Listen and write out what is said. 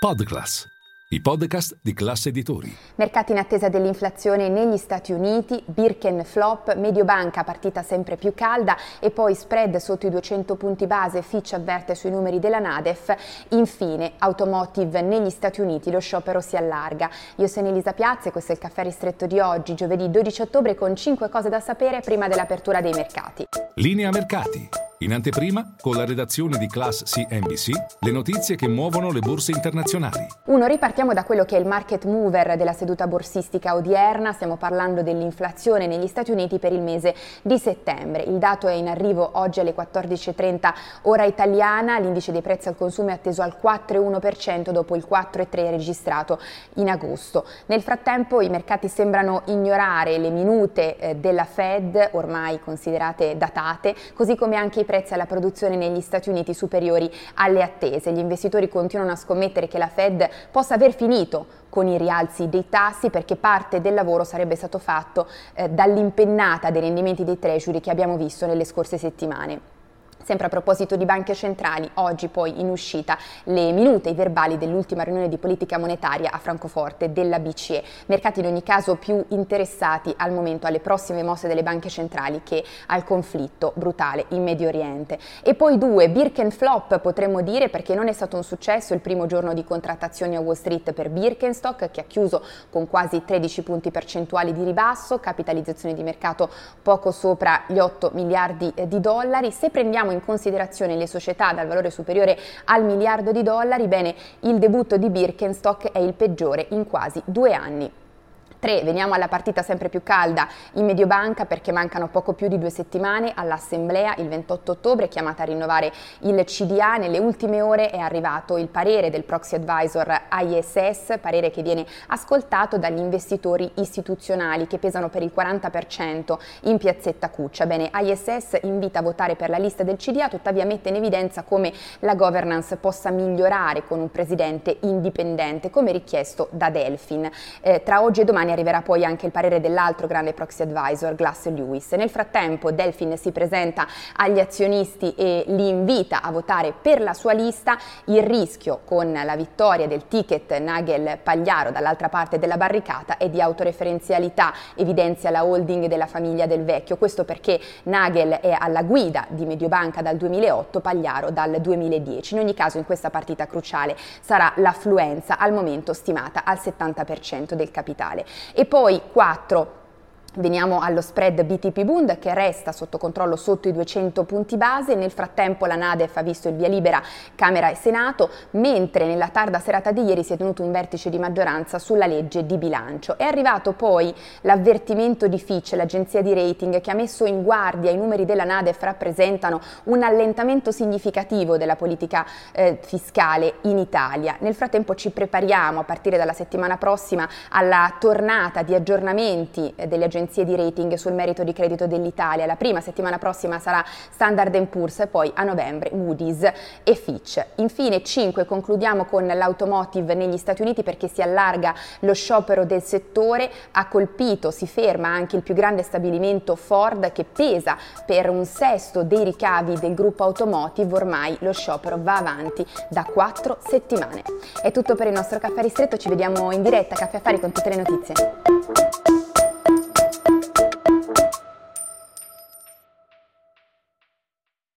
Podclass, i podcast di Class Editori. Mercati in attesa dell'inflazione negli Stati Uniti, Birken flop, Mediobanca partita sempre più calda e poi spread sotto i 200 punti base, Fitch avverte sui numeri della Nadef. Infine, automotive negli Stati Uniti, lo sciopero si allarga. Io sono Elisa Piazza e questo è il caffè ristretto di oggi, giovedì 12 ottobre, con 5 cose da sapere prima dell'apertura dei mercati. Linea mercati. In anteprima, con la redazione di Class CNBC, le notizie che muovono le borse internazionali. Ripartiamo da quello che è il market mover della seduta borsistica odierna. Stiamo parlando dell'inflazione negli Stati Uniti per il mese di settembre. Il dato è in arrivo oggi alle 14.30 ora italiana. L'indice dei prezzi al consumo è atteso al 4,1% dopo il 4,3% registrato in agosto. Nel frattempo i mercati sembrano ignorare le minute della Fed, ormai considerate datate, così come anche i prezzi alla produzione negli Stati Uniti superiori alle attese. Gli investitori continuano a scommettere che la Fed possa aver finito con i rialzi dei tassi, perché parte del lavoro sarebbe stato fatto dall'impennata dei rendimenti dei treasury che abbiamo visto nelle scorse settimane. Sempre a proposito di banche centrali, oggi poi in uscita le minute, i verbali dell'ultima riunione di politica monetaria a Francoforte della BCE. Mercati in ogni caso più interessati al momento alle prossime mosse delle banche centrali che al conflitto brutale in Medio Oriente. E poi Birken flop potremmo dire, perché non è stato un successo il primo giorno di contrattazioni a Wall Street per Birkenstock, che ha chiuso con quasi 13 punti percentuali di ribasso, capitalizzazione di mercato poco sopra gli 8 miliardi di dollari. Se prendiamo in considerazione le società dal valore superiore al miliardo di dollari, bene, il debutto di Birkenstock è il peggiore in quasi 2 anni. 3. Veniamo alla partita sempre più calda in Mediobanca, perché mancano poco più di 2 settimane all'assemblea il 28 ottobre, chiamata a rinnovare il CDA. Nelle ultime ore è arrivato il parere del proxy advisor ISS, parere che viene ascoltato dagli investitori istituzionali che pesano per il 40% in piazzetta Cuccia. Bene, ISS invita a votare per la lista del CDA, tuttavia mette in evidenza come la governance possa migliorare con un presidente indipendente, come richiesto da Delfin. Tra oggi e domani arriverà poi anche il parere dell'altro grande proxy advisor, Glass Lewis. Nel frattempo Delfin si presenta agli azionisti e li invita a votare per la sua lista. Il rischio con la vittoria del ticket Nagel-Pagliaro dall'altra parte della barricata è di autoreferenzialità, evidenzia la holding della famiglia Del Vecchio. Questo perché Nagel è alla guida di Mediobanca dal 2008, Pagliaro dal 2010. In ogni caso in questa partita cruciale sarà l'affluenza, al momento stimata al 70% del capitale. E poi 4. Veniamo allo spread BTP Bund, che resta sotto controllo sotto i 200 punti base. Nel frattempo la Nadef ha visto il via libera Camera e Senato, mentre nella tarda serata di ieri si è tenuto un vertice di maggioranza sulla legge di bilancio. È arrivato poi l'avvertimento di Fitch, l'agenzia di rating, che ha messo in guardia i numeri della Nadef rappresentano un allentamento significativo della politica fiscale in Italia. Nel frattempo ci prepariamo a partire dalla settimana prossima alla tornata di aggiornamenti delle agenzie di rating sul merito di credito dell'Italia. La prima settimana prossima sarà Standard & Poor's e poi a novembre Moody's e Fitch. Infine 5, concludiamo con l'automotive negli Stati Uniti, perché si allarga lo sciopero del settore. Ha colpito, si ferma anche il più grande stabilimento Ford, che pesa per 1/6 dei ricavi del gruppo automotive. Ormai lo sciopero va avanti da 4 settimane. È tutto per il nostro caffè ristretto, ci vediamo in diretta a Caffè Affari con tutte le notizie.